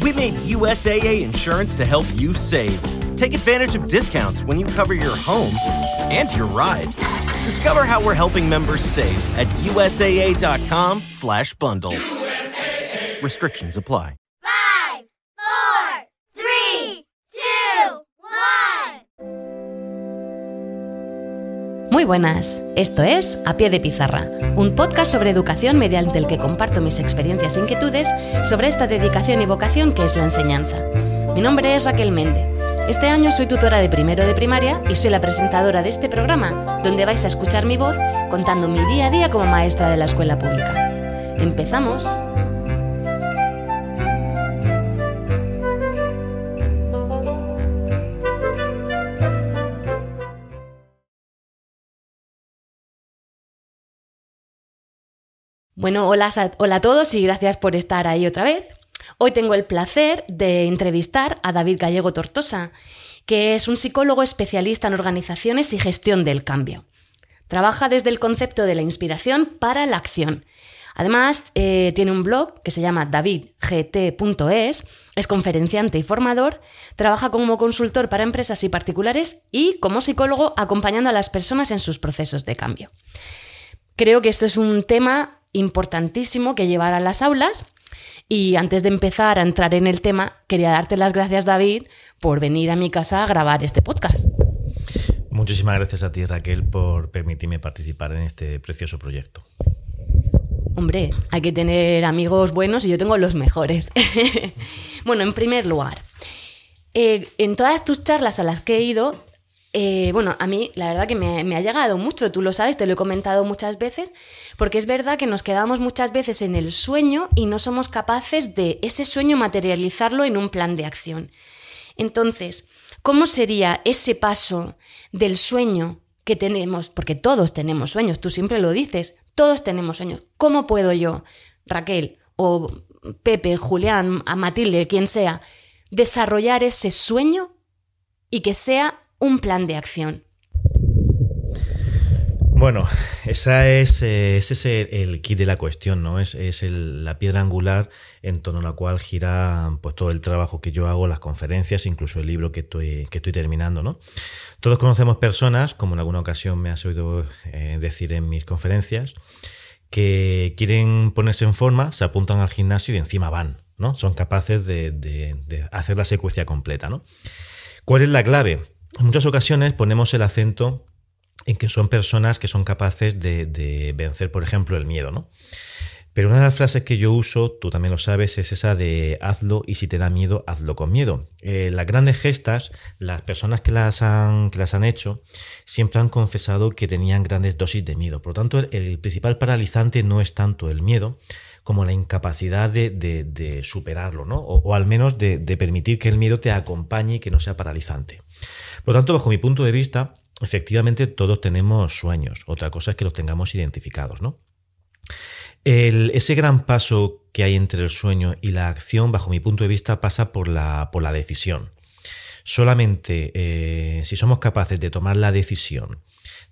We made USAA insurance to help you save. Take advantage of discounts when you cover your home and your ride. Discover how we're helping members save at USAA.com/bundle. USAA. Restrictions apply. 5, 4, 3, 2, 1. Muy buenas, esto es A Pie de Pizarra, un podcast sobre educación mediante el que comparto mis experiencias e inquietudes sobre esta dedicación y vocación que es la enseñanza. Mi nombre es Raquel Méndez. Este año soy tutora de primero de primaria y soy la presentadora de este programa, donde vais a escuchar mi voz contando mi día a día como maestra de la escuela pública. ¡Empezamos! Bueno, hola a todos y gracias por estar ahí otra vez. Hoy tengo el placer de entrevistar a David Gallego Tortosa, que es un psicólogo especialista en organizaciones y gestión del cambio. Trabaja desde el concepto de la inspiración para la acción. Además, tiene un blog que se llama davidgt.es, es conferenciante y formador, trabaja como consultor para empresas y particulares y como psicólogo acompañando a las personas en sus procesos de cambio. Creo que esto es un tema importantísimo que llevar a las aulas. Y antes de empezar a entrar en el tema, quería darte las gracias, David, por venir a mi casa a grabar este podcast. Muchísimas gracias a ti, Raquel, por permitirme participar en este precioso proyecto. Hombre, hay que tener amigos buenos y yo tengo los mejores. Bueno, en primer lugar, en todas tus charlas a las que he ido, a mí la verdad que me ha llegado mucho, tú lo sabes, te lo he comentado muchas veces, porque es verdad que nos quedamos muchas veces en el sueño y no somos capaces de ese sueño materializarlo en un plan de acción. Entonces, ¿cómo sería ese paso del sueño que tenemos? Porque todos tenemos sueños, tú siempre lo dices, todos tenemos sueños. ¿Cómo puedo yo, Raquel, o Pepe, Julián, a Matilde, quien sea, desarrollar ese sueño y que sea un plan de acción? Bueno, ese es el kit de la cuestión, ¿no? Es la piedra angular en torno a la cual gira pues, todo el trabajo que yo hago, las conferencias, incluso el libro que estoy terminando, ¿no? Todos conocemos personas, como en alguna ocasión me has oído decir en mis conferencias, que quieren ponerse en forma, se apuntan al gimnasio y encima van, ¿no? Son capaces de hacer la secuencia completa, ¿no? ¿Cuál es la clave? En muchas ocasiones ponemos el acento en que son personas que son capaces de vencer, por ejemplo, el miedo, ¿no? Pero una de las frases que yo uso, tú también lo sabes, es esa de hazlo y si te da miedo, hazlo con miedo. Las grandes gestas, las personas que las han hecho, siempre han confesado que tenían grandes dosis de miedo. Por lo tanto, el principal paralizante no es tanto el miedo como la incapacidad de superarlo, ¿no? O al menos de permitir que el miedo te acompañe y que no sea paralizante. Por lo tanto, bajo mi punto de vista, efectivamente todos tenemos sueños. Otra cosa es que los tengamos identificados, ¿no? Ese gran paso que hay entre el sueño y la acción, bajo mi punto de vista, pasa por la decisión. Solamente si somos capaces de tomar la decisión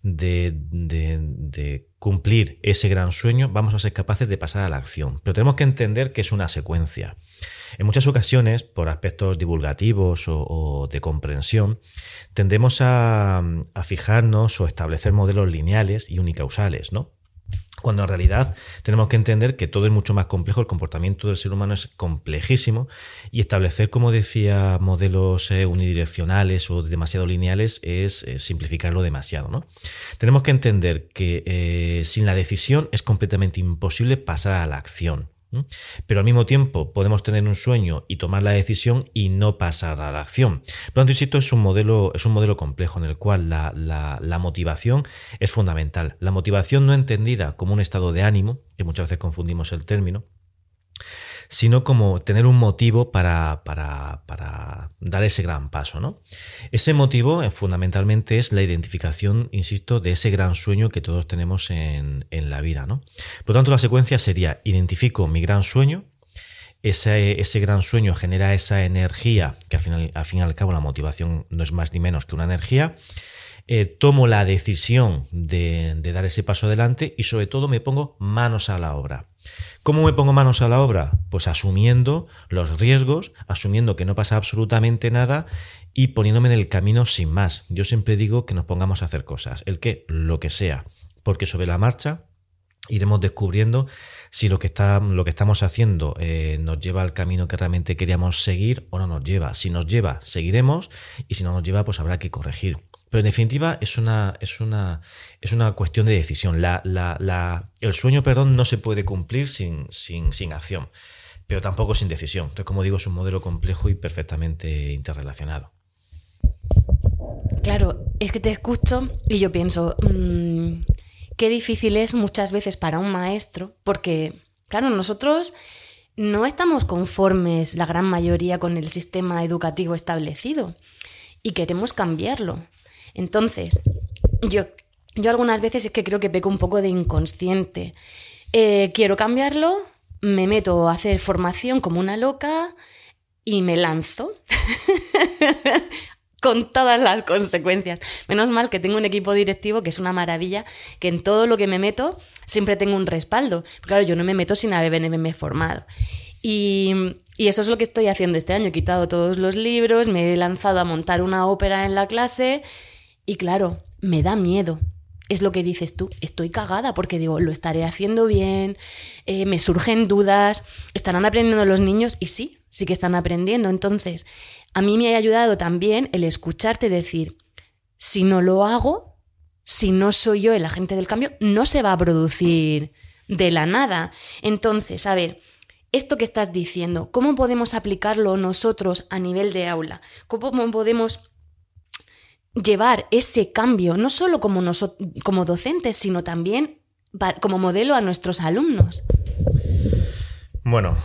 de cumplir ese gran sueño, vamos a ser capaces de pasar a la acción. Pero tenemos que entender que es una secuencia. En muchas ocasiones, por aspectos divulgativos o de comprensión, tendemos a fijarnos o establecer modelos lineales y unicausales, ¿no? Cuando en realidad tenemos que entender que todo es mucho más complejo, el comportamiento del ser humano es complejísimo y establecer, como decía, modelos unidireccionales o demasiado lineales es simplificarlo demasiado, ¿no? Tenemos que entender que sin la decisión es completamente imposible pasar a la acción. Pero al mismo tiempo podemos tener un sueño y tomar la decisión y no pasar a la acción. Por lo tanto, insisto, es un modelo complejo en el cual la motivación es fundamental. La motivación no entendida como un estado de ánimo, que muchas veces confundimos el término, sino como tener un motivo para dar ese gran paso, ¿no? Ese motivo fundamentalmente es la identificación, insisto, de ese gran sueño que todos tenemos en la vida, ¿no? Por lo tanto, la secuencia sería: identifico mi gran sueño, ese gran sueño genera esa energía, que al fin y al cabo la motivación no es más ni menos que una energía. Tomo la decisión de dar ese paso adelante y sobre todo me pongo manos a la obra. ¿Cómo me pongo manos a la obra? Pues asumiendo los riesgos, asumiendo que no pasa absolutamente nada y poniéndome en el camino sin más. Yo siempre digo que nos pongamos a hacer cosas, el qué, lo que sea, porque sobre la marcha iremos descubriendo si lo que estamos haciendo nos lleva al camino que realmente queríamos seguir o no nos lleva. Si nos lleva, seguiremos, y si no nos lleva, pues habrá que corregir. Pero en definitiva es una cuestión de decisión. El sueño, no se puede cumplir sin acción, pero tampoco sin decisión. Entonces, como digo, es un modelo complejo y perfectamente interrelacionado. Claro, es que te escucho y yo pienso, qué difícil es muchas veces para un maestro, porque, claro, nosotros no estamos conformes, la gran mayoría, con el sistema educativo establecido y queremos cambiarlo. Entonces, yo algunas veces es que creo que peco un poco de inconsciente. Quiero cambiarlo, me meto a hacer formación como una loca y me lanzo con todas las consecuencias. Menos mal que tengo un equipo directivo que es una maravilla, que en todo lo que me meto siempre tengo un respaldo. Claro, yo no me meto sin haberme formado. Y eso es lo que estoy haciendo este año. He quitado todos los libros, me he lanzado a montar una ópera en la clase y claro, me da miedo. Es lo que dices tú, estoy cagada porque digo, lo estaré haciendo bien, me surgen dudas, ¿estarán aprendiendo los niños? Y sí que están aprendiendo. Entonces, a mí me ha ayudado también el escucharte decir, si no lo hago, si no soy yo el agente del cambio, no se va a producir de la nada. Entonces, a ver, esto que estás diciendo, ¿cómo podemos aplicarlo nosotros a nivel de aula? ¿Cómo podemos llevar ese cambio, no solo como docentes, sino también como modelo a nuestros alumnos? Bueno,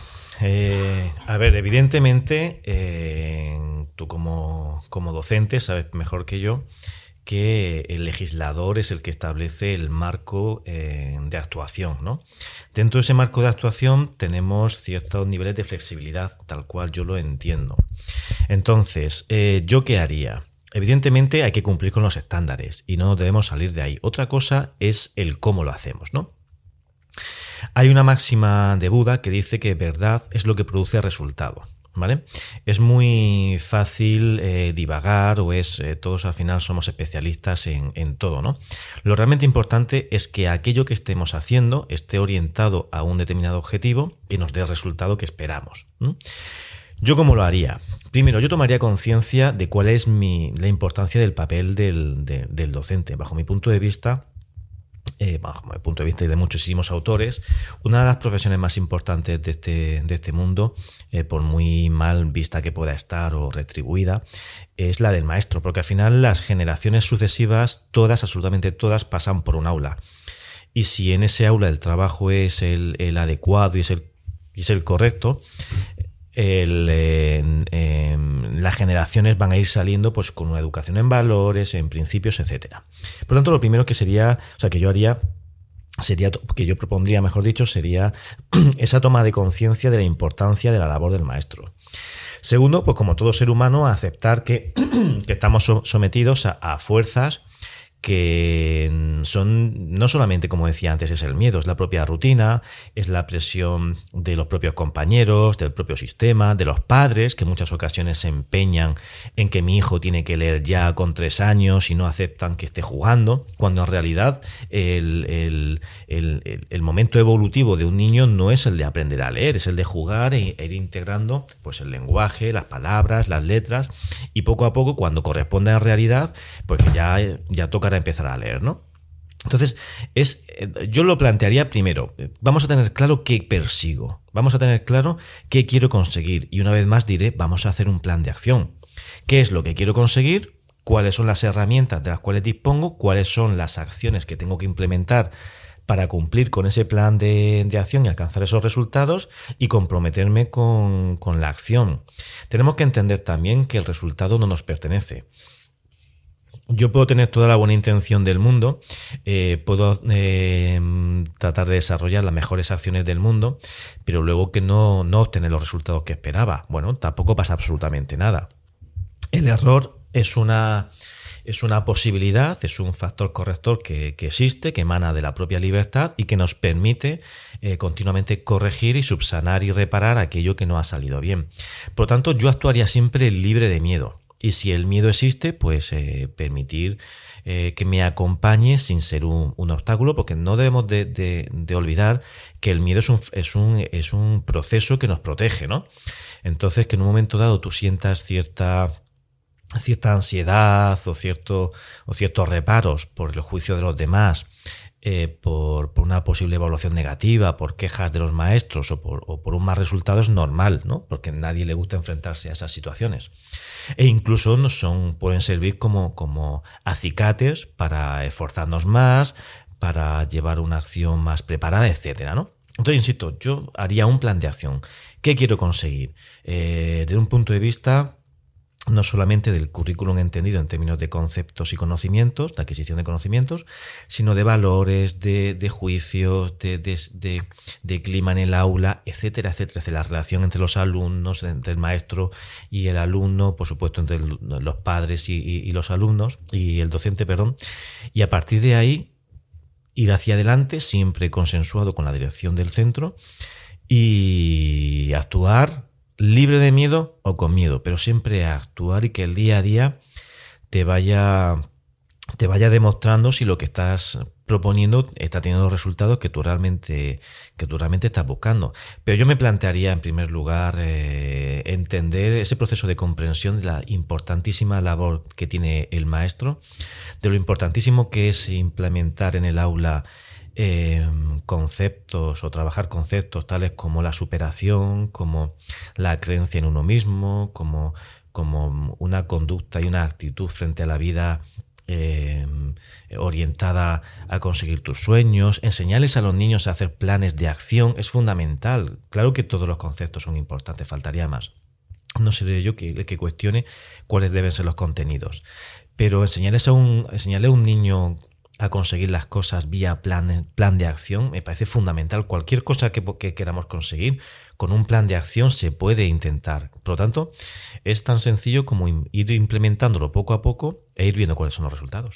a ver, evidentemente, tú como docente sabes mejor que yo que el legislador es el que establece el marco de actuación, ¿no? Dentro de ese marco de actuación tenemos ciertos niveles de flexibilidad, tal cual yo lo entiendo. Entonces, ¿yo qué haría? Evidentemente hay que cumplir con los estándares y no debemos salir de ahí. Otra cosa es el cómo lo hacemos, ¿no? Hay una máxima de Buda que dice que verdad es lo que produce resultado, ¿vale? Es muy fácil divagar todos al final somos especialistas en todo, ¿no? Lo realmente importante es que aquello que estemos haciendo esté orientado a un determinado objetivo y nos dé el resultado que esperamos. ¿Yo cómo lo haría? Primero, yo tomaría conciencia de cuál es la importancia del papel del docente. Bajo mi punto de vista, bajo el punto de vista de muchísimos autores, una de las profesiones más importantes de este mundo, por muy mal vista que pueda estar o retribuida, es la del maestro, porque al final las generaciones sucesivas, absolutamente todas, pasan por un aula. Y si en ese aula el trabajo es el adecuado y es el correcto, las generaciones van a ir saliendo pues con una educación en valores, en principios, etcétera. Por lo tanto, lo primero que yo propondría, mejor dicho, sería esa toma de conciencia de la importancia de la labor del maestro. Segundo, pues como todo ser humano, aceptar que estamos sometidos a fuerzas que son, no solamente, como decía antes, es el miedo, es la propia rutina, es la presión de los propios compañeros, del propio sistema, de los padres, que en muchas ocasiones se empeñan en que mi hijo tiene que leer ya con 3 años y no aceptan que esté jugando, cuando en realidad el momento evolutivo de un niño no es el de aprender a leer, es el de jugar e ir integrando pues el lenguaje, las palabras, las letras, y poco a poco, cuando corresponde a la realidad, pues ya tocará empezar a leer, ¿no? Entonces, yo lo plantearía primero. Vamos a tener claro qué persigo, vamos a tener claro qué quiero conseguir, y una vez más diré, vamos a hacer un plan de acción. ¿Qué es lo que quiero conseguir? ¿Cuáles son las herramientas de las cuales dispongo? ¿Cuáles son las acciones que tengo que implementar para cumplir con ese plan de acción y alcanzar esos resultados y comprometerme con la acción? Tenemos que entender también que el resultado no nos pertenece. Yo puedo tener toda la buena intención del mundo, puedo tratar de desarrollar las mejores acciones del mundo, pero luego que no obtener los resultados que esperaba. Bueno, tampoco pasa absolutamente nada. El error es una Es una posibilidad, es un factor corrector que existe, que emana de la propia libertad y que nos permite continuamente corregir y subsanar y reparar aquello que no ha salido bien. Por lo tanto, yo actuaría siempre libre de miedo. Y si el miedo existe, pues permitir que me acompañe sin ser un obstáculo, porque no debemos de olvidar que el miedo es un proceso que nos protege, ¿no? Entonces, que en un momento dado tú sientas cierta ansiedad o ciertos reparos por el juicio de los demás, por una posible evaluación negativa, por quejas de los maestros o por un mal resultado, es normal, ¿no? Porque a nadie le gusta enfrentarse a esas situaciones. E incluso pueden servir como acicates para esforzarnos más, para llevar una acción más preparada, etcétera, ¿no? Entonces, insisto, yo haría un plan de acción. ¿Qué quiero conseguir? Desde un punto de vista no solamente del currículum entendido en términos de conceptos y conocimientos, de adquisición de conocimientos, sino de valores, de juicios, de clima en el aula, etcétera, etcétera. La relación entre los alumnos, entre el maestro y el alumno, por supuesto entre los padres y los alumnos, y el docente, perdón. Y a partir de ahí, ir hacia adelante, siempre consensuado con la dirección del centro, y actuar libre de miedo o con miedo, pero siempre a actuar y que el día a día te vaya demostrando si lo que estás proponiendo está teniendo los resultados que tú realmente estás buscando. Pero yo me plantearía en primer lugar entender ese proceso de comprensión de la importantísima labor que tiene el maestro, de lo importantísimo que es implementar en el aula conceptos o trabajar conceptos tales como la superación, como la creencia en uno mismo, como una conducta y una actitud frente a la vida orientada a conseguir tus sueños. Enseñarles a los niños a hacer planes de acción es fundamental. Claro que todos los conceptos son importantes, faltaría más. No seré yo el que cuestione cuáles deben ser los contenidos, pero enseñarle a un niño a conseguir las cosas vía plan de acción me parece fundamental. Cualquier cosa que queramos conseguir con un plan de acción se puede intentar. Por lo tanto, es tan sencillo como ir implementándolo poco a poco e ir viendo cuáles son los resultados.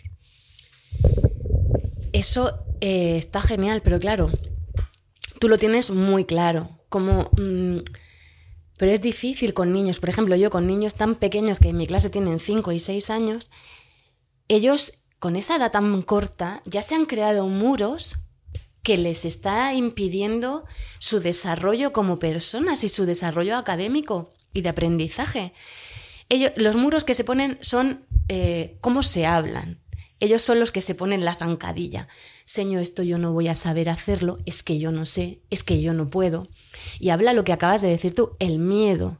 Eso está genial, pero claro, tú lo tienes muy claro. Pero es difícil con niños. Por ejemplo, yo con niños tan pequeños que en mi clase tienen 5 y 6 años, ellos con esa edad tan corta ya se han creado muros que les está impidiendo su desarrollo como personas y su desarrollo académico y de aprendizaje. Los muros que se ponen son cómo se hablan. Ellos son los que se ponen la zancadilla. Señor, esto yo no voy a saber hacerlo, es que yo no sé, es que yo no puedo. Y habla lo que acabas de decir tú, el miedo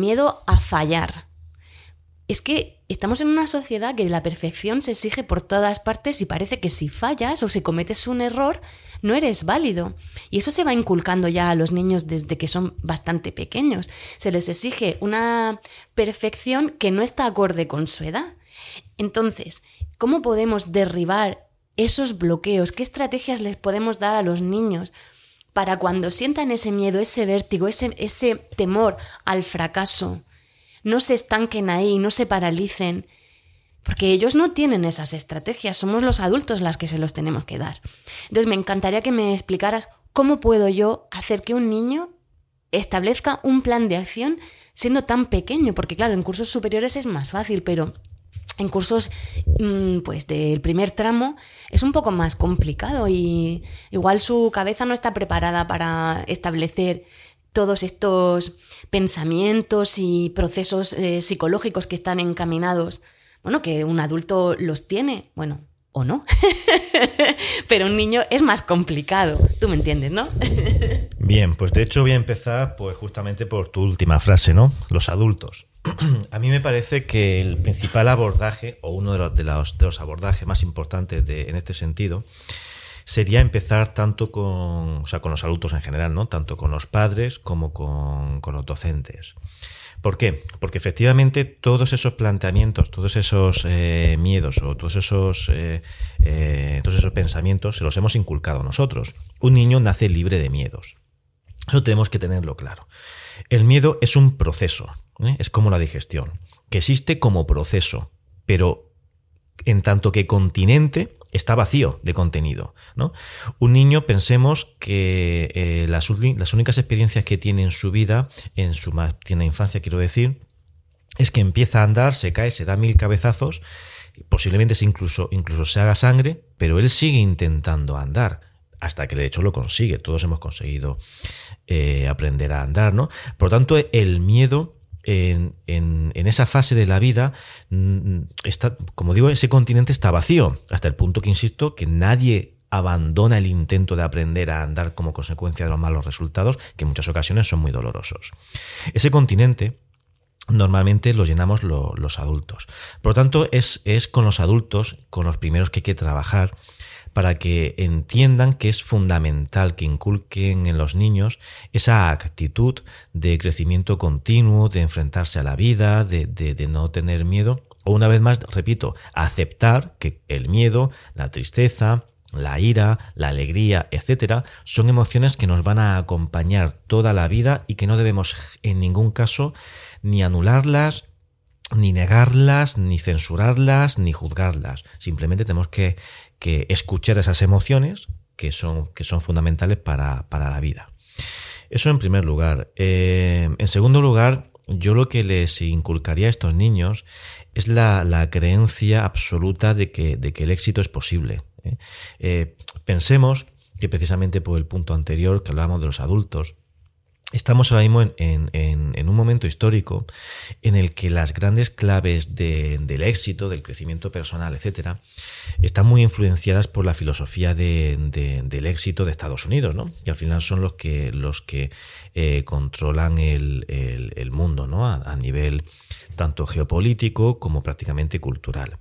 a fallar. Es que estamos en una sociedad que la perfección se exige por todas partes y parece que si fallas o si cometes un error no eres válido. Y eso se va inculcando ya a los niños desde que son bastante pequeños. Se les exige una perfección que no está acorde con su edad. Entonces, ¿cómo podemos derribar esos bloqueos? ¿Qué estrategias les podemos dar a los niños para cuando sientan ese miedo, ese vértigo, ese temor al fracaso, no se estanquen ahí, no se paralicen? Porque ellos no tienen esas estrategias, somos los adultos las que se los tenemos que dar. Entonces me encantaría que me explicaras cómo puedo yo hacer que un niño establezca un plan de acción siendo tan pequeño, porque claro, en cursos superiores es más fácil, pero en cursos pues del primer tramo es un poco más complicado y igual su cabeza no está preparada para establecer todos estos pensamientos y procesos psicológicos que están encaminados. Bueno, que un adulto los tiene, bueno, o no, pero un niño es más complicado, tú me entiendes, ¿no? Bien, pues de hecho voy a empezar pues justamente por tu última frase, ¿no? Los adultos. A mí me parece que el principal abordaje, o uno de los abordajes más importantes en este sentido, sería empezar tanto con los adultos en general, ¿no? Tanto con los padres como con los docentes. ¿Por qué? Porque efectivamente todos esos planteamientos, todos esos miedos o todos esos pensamientos se los hemos inculcado nosotros. Un niño nace libre de miedos. Eso tenemos que tenerlo claro. El miedo es un proceso, es como la digestión, que existe como proceso, pero en tanto que continente está vacío de contenido, ¿no? Un niño, pensemos que las únicas experiencias que tiene en su vida, en su más tierna infancia, quiero decir, es que empieza a andar, se cae, se da 1000 cabezazos, posiblemente incluso se haga sangre, pero él sigue intentando andar hasta que de hecho lo consigue. Todos hemos conseguido aprender a andar, ¿no? Por lo tanto, el miedo en esa fase de la vida está, como digo, ese continente está vacío, hasta el punto que, insisto, que nadie abandona el intento de aprender a andar como consecuencia de los malos resultados, que en muchas ocasiones son muy dolorosos. Ese continente normalmente lo llenamos los adultos. Por lo tanto, es con los adultos con los primeros que hay que trabajar para que entiendan que es fundamental que inculquen en los niños esa actitud de crecimiento continuo, de enfrentarse a la vida, de no tener miedo. O una vez más, repito, aceptar que el miedo, la tristeza, la ira, la alegría, etcétera, son emociones que nos van a acompañar toda la vida y que no debemos en ningún caso ni anularlas, ni negarlas, ni censurarlas, ni juzgarlas. Simplemente tenemos que escuchar esas emociones que son fundamentales para la vida. Eso en primer lugar. En segundo lugar, yo lo que les inculcaría a estos niños es la creencia absoluta de que el éxito es posible. Pensemos que precisamente por el punto anterior que hablábamos de los adultos, estamos ahora mismo en un momento histórico en el que las grandes claves del éxito, del crecimiento personal, etcétera, están muy influenciadas por la filosofía del éxito de Estados Unidos, ¿no? Y al final son los que controlan el mundo, ¿no? A nivel tanto geopolítico como prácticamente cultural.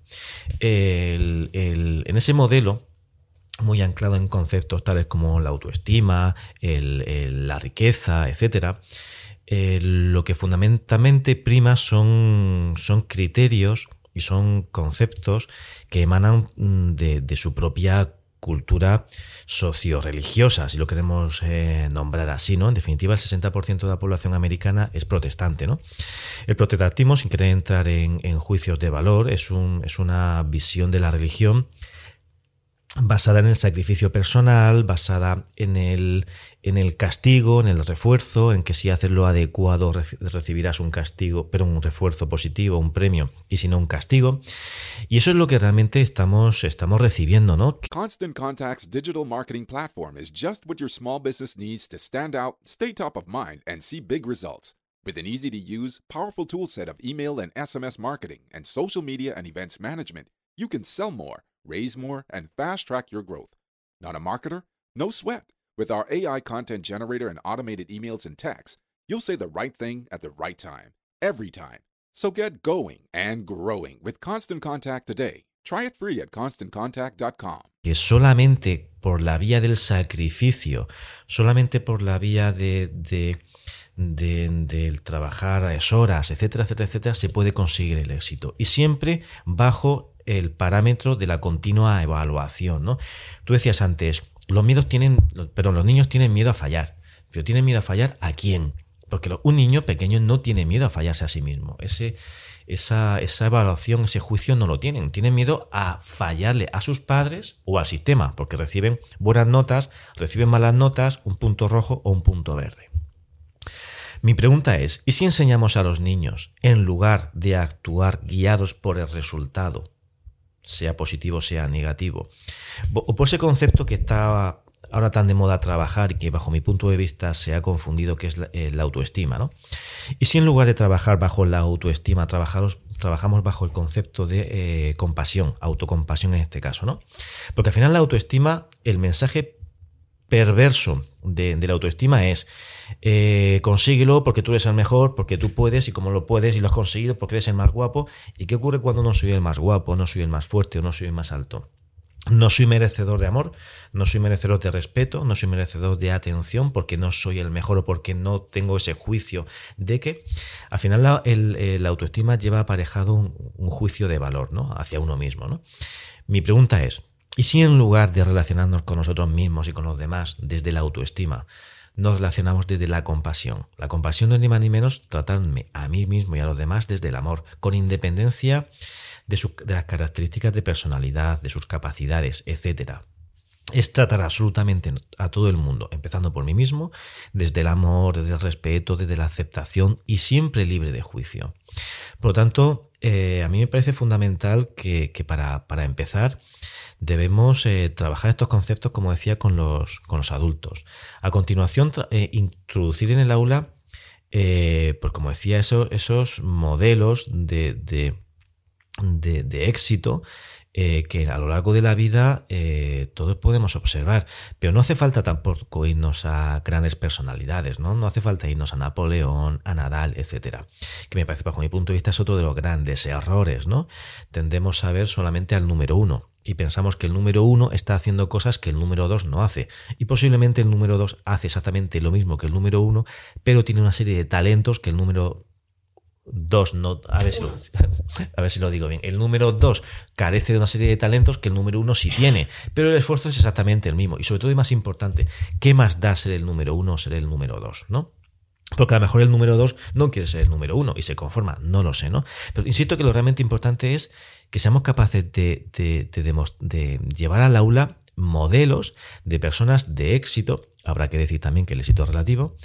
En ese modelo, muy anclado en conceptos tales como la autoestima, la riqueza, etcétera, lo que fundamentalmente prima son criterios y son conceptos que emanan de su propia cultura socio-religiosa, si lo queremos nombrar así, ¿no? En definitiva, el 60% de la población americana es protestante, ¿no? El protestantismo, sin querer entrar en juicios de valor, es una visión de la religión basada en el sacrificio personal, basada en el castigo, en el refuerzo, en que si haces lo adecuado recibirás un castigo, pero un refuerzo positivo, un premio, y si no un castigo. Y eso es lo que realmente estamos recibiendo, ¿no? Constant Contact's digital marketing platform is just what your small business needs to stand out, stay top of mind, and see big results. With an easy-to-use, powerful toolset of email and SMS marketing and social media and events management, you can sell more, raise more, and fast-track your growth. Not a marketer? No sweat. With our AI content generator and automated emails and texts, you'll say the right thing at the right time, every time. So get going and growing with Constant Contact today. Try it free at ConstantContact.com. Que solamente por la vía del sacrificio, solamente por la vía del trabajar a horas, etcétera, etcétera, etcétera, se puede conseguir el éxito. Y siempre bajo el parámetro de la continua evaluación, ¿no? Tú decías antes, los niños tienen miedo a fallar. ¿Pero tienen miedo a fallar a quién? Porque un niño pequeño no tiene miedo a fallarse a sí mismo. Esa evaluación, ese juicio no lo tienen. Tienen miedo a fallarle a sus padres o al sistema, porque reciben buenas notas, reciben malas notas, un punto rojo o un punto verde. Mi pregunta es, ¿y si enseñamos a los niños, en lugar de actuar guiados por el resultado, sea positivo, sea negativo, o por ese concepto que está ahora tan de moda trabajar y que bajo mi punto de vista se ha confundido, que es la autoestima, ¿no? Y si en lugar de trabajar bajo la autoestima, trabajamos bajo el concepto de compasión, autocompasión en este caso, ¿no? Porque al final la autoestima, el mensaje perverso de la autoestima es consíguelo porque tú eres el mejor, porque tú puedes, y como lo puedes y lo has conseguido porque eres el más guapo. ¿Y qué ocurre cuando no soy el más guapo, no soy el más fuerte o no soy el más alto? No soy merecedor de amor, no soy merecedor de respeto, no soy merecedor de atención porque no soy el mejor o porque no tengo ese juicio de que al final la autoestima lleva aparejado un juicio de valor, ¿no? Hacia uno mismo, ¿no? Mi pregunta es, ¿y si en lugar de relacionarnos con nosotros mismos y con los demás desde la autoestima, nos relacionamos desde la compasión. La compasión no es ni más ni menos tratarme a mí mismo y a los demás desde el amor, con independencia de las características de personalidad, de sus capacidades, etc. Es tratar absolutamente a todo el mundo, empezando por mí mismo, desde el amor, desde el respeto, desde la aceptación y siempre libre de juicio. Por lo tanto, a mí me parece fundamental que para empezar debemos trabajar estos conceptos, como decía, con los adultos. A continuación, introducir en el aula, pues como decía, esos modelos de éxito que a lo largo de la vida todos podemos observar, pero no hace falta tampoco irnos a grandes personalidades, ¿no? No hace falta irnos a Napoleón, a Nadal, etcétera, que me parece, bajo mi punto de vista, es otro de los grandes errores, ¿no? Tendemos a ver solamente al número 1 y pensamos que el número 1 está haciendo cosas que el número 2 no hace, y posiblemente el número 2 hace exactamente lo mismo que el número 1, pero tiene una serie de talentos que el número 2 no, a ver si lo digo bien. El número 2 carece de una serie de talentos que el número 1 sí tiene, pero el esfuerzo es exactamente el mismo. Y sobre todo, y más importante, ¿qué más da ser el número 1 o ser el número 2, ¿no? Porque a lo mejor el número 2 no quiere ser el número 1 y se conforma, no lo sé, ¿no? Pero insisto que lo realmente importante es que seamos capaces de llevar al aula modelos de personas de éxito, habrá que decir también que el éxito es relativo,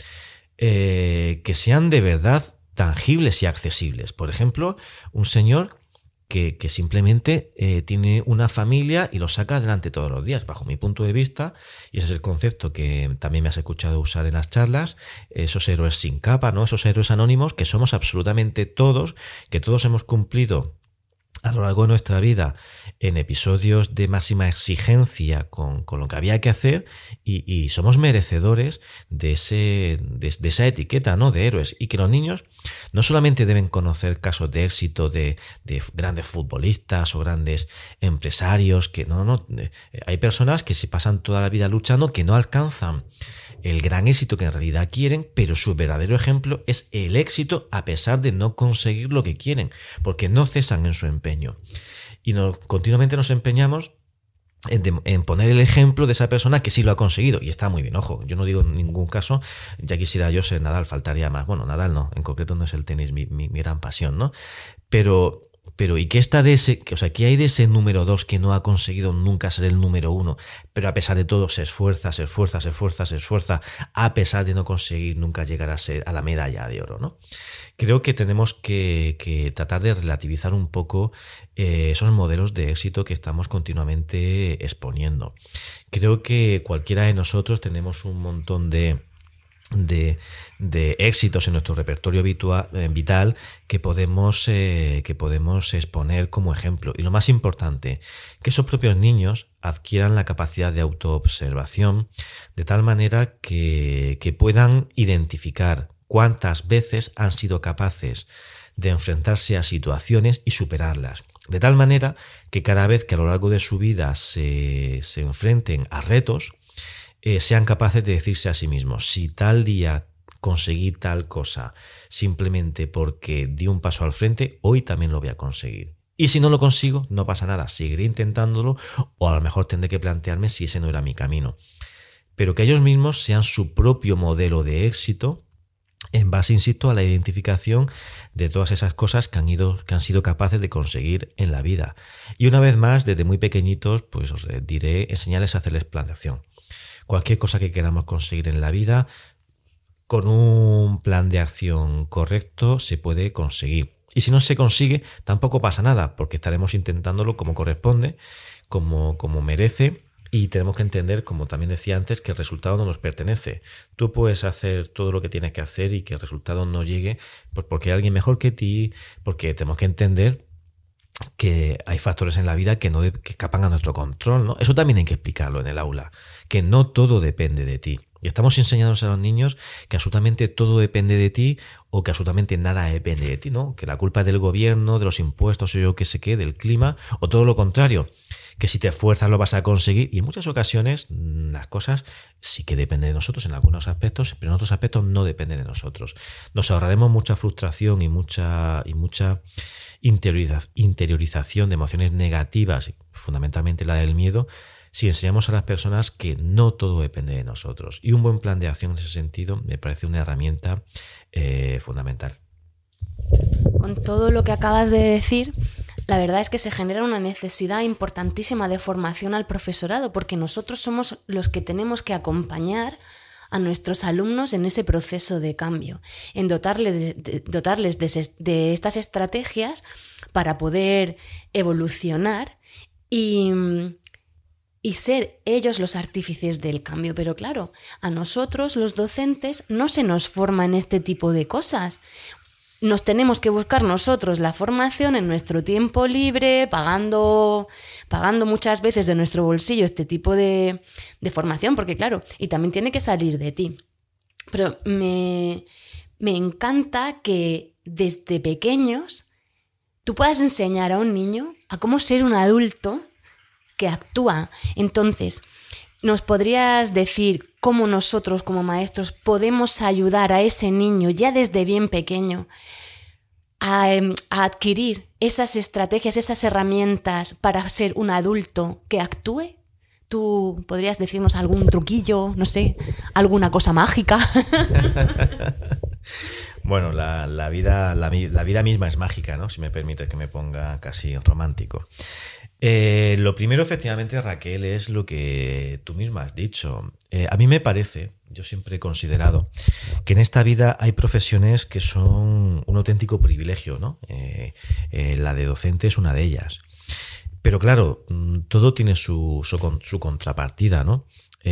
que sean de verdad tangibles y accesibles. Por ejemplo, un señor que simplemente tiene una familia y lo saca adelante todos los días, bajo mi punto de vista, y ese es el concepto que también me has escuchado usar en las charlas, esos héroes sin capa, ¿no? Esos héroes anónimos que somos absolutamente todos, que todos hemos cumplido a lo largo de nuestra vida en episodios de máxima exigencia con lo que había que hacer y somos merecedores de esa etiqueta, ¿no? De héroes, y que los niños no solamente deben conocer casos de éxito de grandes futbolistas o grandes empresarios, que no, hay personas que se pasan toda la vida luchando, que no alcanzan el gran éxito que en realidad quieren, pero su verdadero ejemplo es el éxito a pesar de no conseguir lo que quieren, porque no cesan en su empeño. Y continuamente nos empeñamos en poner el ejemplo de esa persona que sí lo ha conseguido, y está muy bien. Ojo, yo no digo en ningún caso, ya quisiera yo ser Nadal, faltaría más. Bueno, Nadal no, en concreto no es el tenis mi gran pasión, ¿no? Pero ¿y qué está qué hay de ese número 2 que no ha conseguido nunca ser el número 1, pero a pesar de todo se esfuerza, a pesar de no conseguir nunca llegar a la medalla de oro, ¿no? Creo que tenemos que tratar de relativizar un poco esos modelos de éxito que estamos continuamente exponiendo. Creo que cualquiera de nosotros tenemos un montón de éxitos en nuestro repertorio vital que podemos exponer como ejemplo. Y lo más importante, que esos propios niños adquieran la capacidad de autoobservación de tal manera que puedan identificar cuántas veces han sido capaces de enfrentarse a situaciones y superarlas. De tal manera que cada vez que a lo largo de su vida se enfrenten a retos, sean capaces de decirse a sí mismos: si tal día conseguí tal cosa simplemente porque di un paso al frente, hoy también lo voy a conseguir. Y si no lo consigo, no pasa nada, seguiré intentándolo, o a lo mejor tendré que plantearme si ese no era mi camino. Pero que ellos mismos sean su propio modelo de éxito en base, insisto, a la identificación de todas esas cosas que han sido capaces de conseguir en la vida. Y una vez más, desde muy pequeñitos, pues os diré, enseñarles a hacerles planeación. Cualquier cosa que queramos conseguir en la vida, con un plan de acción correcto se puede conseguir. Y si no se consigue, tampoco pasa nada, porque estaremos intentándolo como corresponde, como merece, y tenemos que entender, como también decía antes, que el resultado no nos pertenece. Tú puedes hacer todo lo que tienes que hacer y que el resultado no llegue porque hay alguien mejor que ti, porque tenemos que entender que hay factores en la vida que escapan a nuestro control, ¿no? Eso también hay que explicarlo en el aula, que no todo depende de ti. Y estamos enseñando a los niños que absolutamente todo depende de ti, o que absolutamente nada depende de ti, ¿no? Que la culpa es del gobierno, de los impuestos, o yo qué sé qué, del clima, o todo lo contrario, que si te esfuerzas lo vas a conseguir. Y en muchas ocasiones las cosas sí que dependen de nosotros en algunos aspectos, pero en otros aspectos no dependen de nosotros. Nos ahorraremos mucha frustración y mucha interiorización de emociones negativas, fundamentalmente la del miedo, si enseñamos a las personas que no todo depende de nosotros. Y un buen plan de acción en ese sentido me parece una herramienta fundamental. Con todo lo que acabas de decir, la verdad es que se genera una necesidad importantísima de formación al profesorado, porque nosotros somos los que tenemos que acompañar a nuestros alumnos en ese proceso de cambio, en dotarles de estas estrategias para poder evolucionar y ser ellos los artífices del cambio. Pero claro, a nosotros, los docentes, no se nos forma en este tipo de cosas. Nos tenemos que buscar nosotros la formación en nuestro tiempo libre, pagando muchas veces de nuestro bolsillo este tipo de formación, porque claro, y también tiene que salir de ti. Pero me encanta que desde pequeños tú puedas enseñar a un niño a cómo ser un adulto que actúa. Entonces, ¿nos podrías decir cómo nosotros como maestros podemos ayudar a ese niño ya desde bien pequeño a adquirir esas estrategias, esas herramientas para ser un adulto que actúe? ¿Tú podrías decirnos algún truquillo, no sé, alguna cosa mágica? Bueno, la vida misma es mágica, ¿no? Si me permites que me ponga casi romántico. Lo primero, efectivamente, Raquel, es lo que tú misma has dicho. A mí me parece, yo siempre he considerado, que en esta vida hay profesiones que son un auténtico privilegio, ¿no? La de docente es una de ellas. Pero claro, todo tiene su contrapartida, ¿no?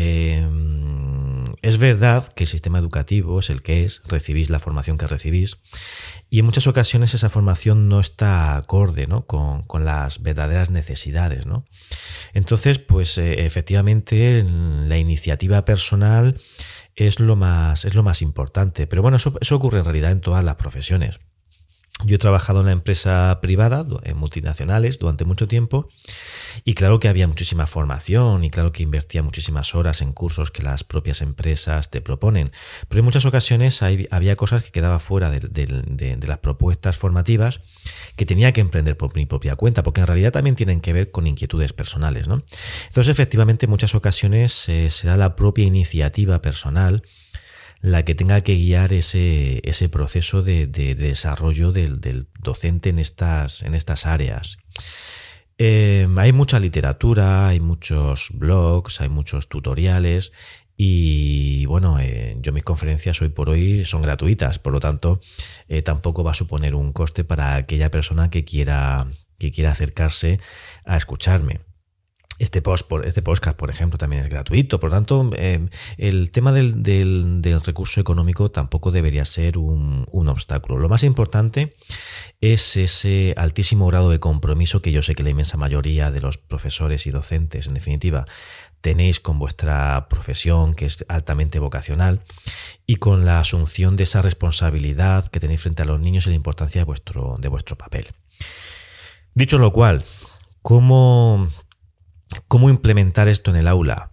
Es verdad que el sistema educativo es el que es, recibís la formación que recibís, y en muchas ocasiones esa formación no está acorde, ¿no? con las verdaderas necesidades, ¿no? Entonces, pues efectivamente la iniciativa personal es lo más importante. Pero bueno, eso ocurre en realidad en todas las profesiones. Yo he trabajado en la empresa privada, en multinacionales, durante mucho tiempo, y claro que había muchísima formación y claro que invertía muchísimas horas en cursos que las propias empresas te proponen. Pero en muchas ocasiones había cosas que quedaban fuera de las propuestas formativas que tenía que emprender por mi propia cuenta, porque en realidad también tienen que ver con inquietudes personales, ¿no? Entonces, efectivamente, en muchas ocasiones será la propia iniciativa personal la que tenga que guiar ese proceso de desarrollo del docente en estas áreas. Hay mucha literatura, hay muchos blogs, hay muchos tutoriales y bueno, yo mis conferencias hoy por hoy son gratuitas, por lo tanto tampoco va a suponer un coste para aquella persona que quiera acercarse a escucharme. Este podcast, por ejemplo, también es gratuito. Por lo tanto, el tema del recurso económico tampoco debería ser un obstáculo. Lo más importante es ese altísimo grado de compromiso que yo sé que la inmensa mayoría de los profesores y docentes, en definitiva, tenéis con vuestra profesión, que es altamente vocacional, y con la asunción de esa responsabilidad que tenéis frente a los niños y la importancia de vuestro papel. Dicho lo cual, ¿cómo implementar esto en el aula?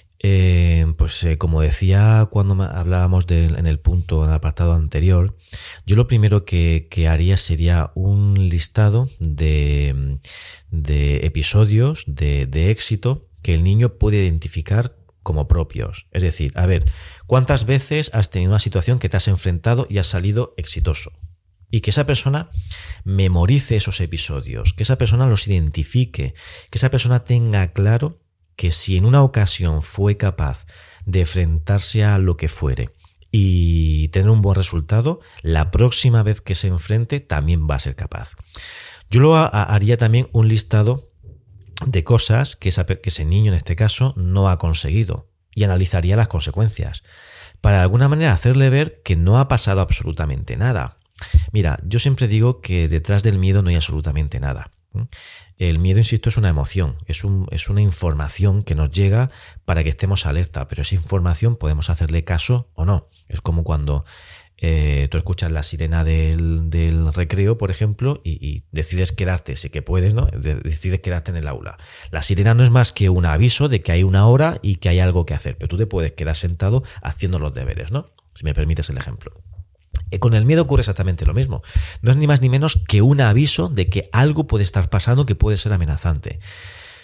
Como decía cuando hablábamos en el apartado anterior, yo lo primero que haría sería un listado de episodios de éxito que el niño puede identificar como propios. Es decir, a ver, ¿cuántas veces has tenido una situación que te has enfrentado y has salido exitoso? Y que esa persona memorice esos episodios, que esa persona los identifique, que esa persona tenga claro que si en una ocasión fue capaz de enfrentarse a lo que fuere y tener un buen resultado, la próxima vez que se enfrente también va a ser capaz. Yo haría también un listado de cosas que ese niño en este caso no ha conseguido y analizaría las consecuencias para de alguna manera hacerle ver que no ha pasado absolutamente nada. Mira, yo siempre digo que detrás del miedo no hay absolutamente nada. El miedo, insisto, es una emoción, es una información que nos llega para que estemos alerta, pero esa información podemos hacerle caso o no. Es como cuando tú escuchas la sirena del recreo, por ejemplo, y decides quedarte, sí que puedes, ¿no? Decides quedarte en el aula. La sirena no es más que un aviso de que hay una hora y que hay algo que hacer, pero tú te puedes quedar sentado haciendo los deberes, ¿no? Si me permites el ejemplo. Con el miedo ocurre exactamente lo mismo. No es ni más ni menos que un aviso de que algo puede estar pasando que puede ser amenazante.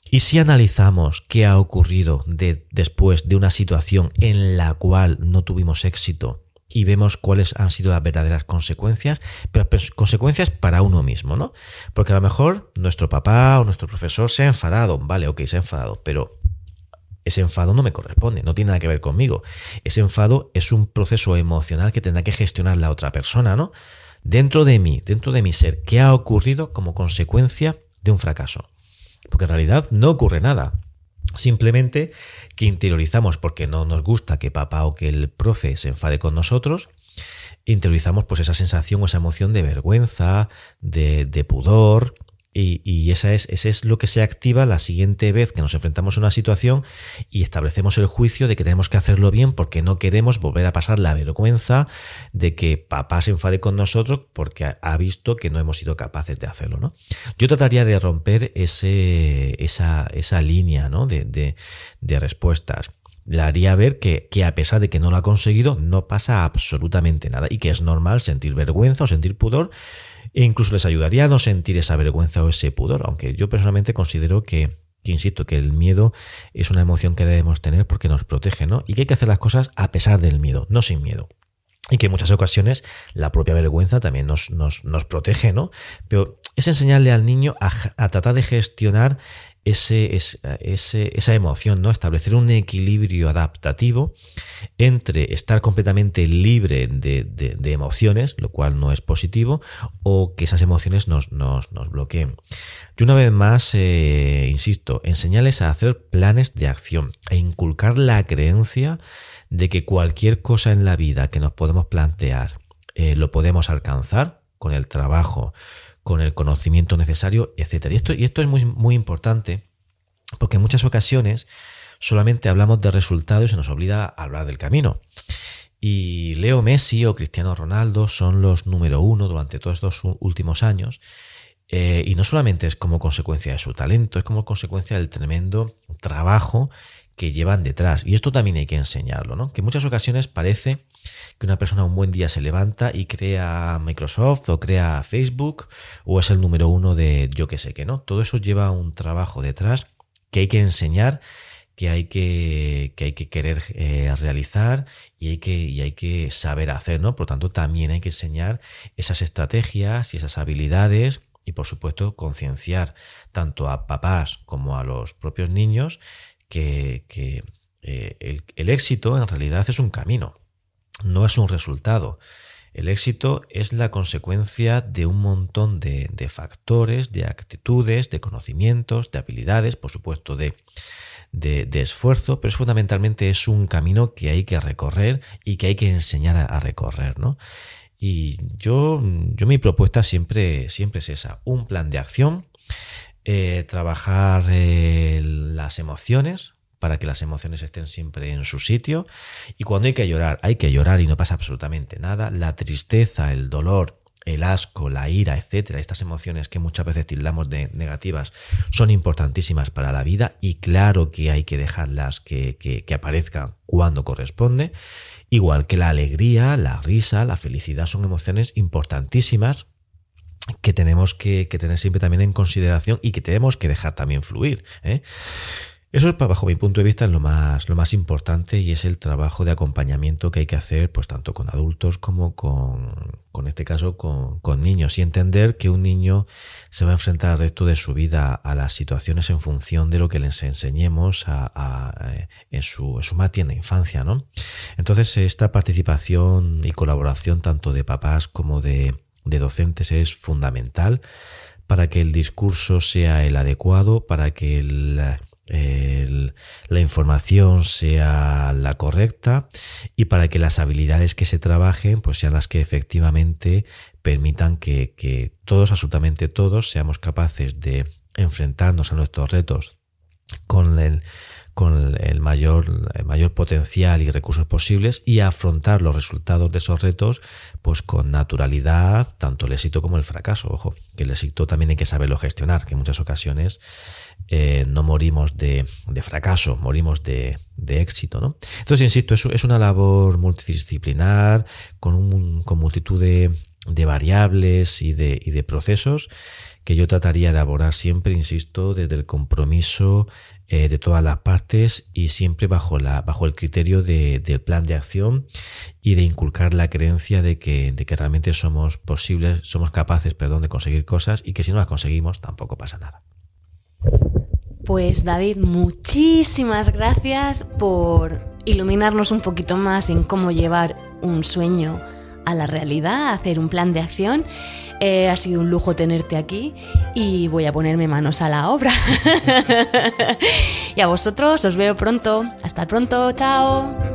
Y si analizamos qué ha ocurrido después de una situación en la cual no tuvimos éxito y vemos cuáles han sido las verdaderas consecuencias, pero consecuencias para uno mismo, ¿no? Porque a lo mejor nuestro papá o nuestro profesor se ha enfadado, vale, ok, se ha enfadado, pero ese enfado no me corresponde, no tiene nada que ver conmigo. Ese enfado es un proceso emocional que tendrá que gestionar la otra persona, ¿no? Dentro de mí, dentro de mi ser, ¿qué ha ocurrido como consecuencia de un fracaso? Porque en realidad no ocurre nada. Simplemente que interiorizamos, porque no nos gusta que papá o que el profe se enfade con nosotros, interiorizamos pues esa sensación o esa emoción de vergüenza, de pudor, y ese es lo que se activa la siguiente vez que nos enfrentamos a una situación y establecemos el juicio de que tenemos que hacerlo bien porque no queremos volver a pasar la vergüenza de que papá se enfade con nosotros porque ha visto que no hemos sido capaces de hacerlo, ¿no? Yo trataría de romper esa línea, ¿no? de respuestas. Le haría ver que a pesar de que no lo ha conseguido, no pasa absolutamente nada y que es normal sentir vergüenza o sentir pudor. E incluso les ayudaría a no sentir esa vergüenza o ese pudor, aunque yo personalmente considero que insisto, que el miedo es una emoción que debemos tener porque nos protege, ¿no? Y que hay que hacer las cosas a pesar del miedo, no sin miedo. Y que en muchas ocasiones la propia vergüenza también nos protege, ¿no? Pero es enseñarle al niño a tratar de gestionar esa emoción, ¿no? Establecer un equilibrio adaptativo entre estar completamente libre de emociones, lo cual no es positivo, o que esas emociones nos bloqueen. Yo una vez más, insisto, enseñarles a hacer planes de acción, a inculcar la creencia de que cualquier cosa en la vida que nos podemos plantear lo podemos alcanzar con el trabajo, con el conocimiento necesario, etc. Y esto es muy, muy importante porque en muchas ocasiones solamente hablamos de resultados y se nos olvida hablar del camino. Y Leo Messi o Cristiano Ronaldo son los número uno durante todos estos últimos años. Y no solamente es como consecuencia de su talento, es como consecuencia del tremendo trabajo que llevan detrás. Y esto también hay que enseñarlo, ¿no? Que en muchas ocasiones parece que una persona un buen día se levanta y crea Microsoft o crea Facebook o es el número uno de yo que sé qué, ¿no? Todo eso lleva un trabajo detrás que hay que enseñar, que hay que querer realizar y hay que saber hacer, ¿no? Por lo tanto, también hay que enseñar esas estrategias y esas habilidades y, por supuesto, concienciar tanto a papás como a los propios niños que el éxito en realidad es un camino, no es un resultado. El éxito es la consecuencia de un montón de factores, de actitudes, de conocimientos, de habilidades, por supuesto de esfuerzo, pero fundamentalmente es un camino que hay que recorrer y que hay que enseñar a recorrer, ¿no? Y yo mi propuesta siempre es esa, un plan de acción, trabajar las emociones para que las emociones estén siempre en su sitio, y cuando hay que llorar y no pasa absolutamente nada. La tristeza, el dolor, el asco, la ira, etcétera, estas emociones que muchas veces tildamos de negativas son importantísimas para la vida y claro que hay que dejarlas que aparezcan cuando corresponde. Igual que la alegría, la risa, la felicidad son emociones importantísimas que tenemos que tener siempre también en consideración y que tenemos que dejar también fluir, ¿eh? Eso es, bajo mi punto de vista, lo más importante, y es el trabajo de acompañamiento que hay que hacer, pues tanto con adultos como con este caso con niños, y entender que un niño se va a enfrentar al resto de su vida a las situaciones en función de lo que les enseñemos en su más tierna infancia, ¿no? Entonces, esta participación y colaboración tanto de papás como de docentes es fundamental para que el discurso sea el adecuado, para que la información sea la correcta y para que las habilidades que se trabajen pues sean las que efectivamente permitan que todos, absolutamente todos, seamos capaces de enfrentarnos a nuestros retos con el mayor potencial y recursos posibles y afrontar los resultados de esos retos pues con naturalidad, tanto el éxito como el fracaso. Ojo, que el éxito también hay que saberlo gestionar, que en muchas ocasiones no morimos de fracaso, morimos de éxito, ¿no? Entonces, insisto, es una labor multidisciplinar con multitud de variables y de procesos que yo trataría de abordar siempre, insisto, desde el compromiso de todas las partes y siempre bajo el criterio del plan de acción y de inculcar la creencia de que realmente somos capaces de conseguir cosas y que si no las conseguimos tampoco pasa nada. Pues David, muchísimas gracias por iluminarnos un poquito más en cómo llevar un sueño a la realidad, hacer un plan de acción. Ha sido un lujo tenerte aquí y voy a ponerme manos a la obra. Y a vosotros os veo pronto. Hasta pronto, chao.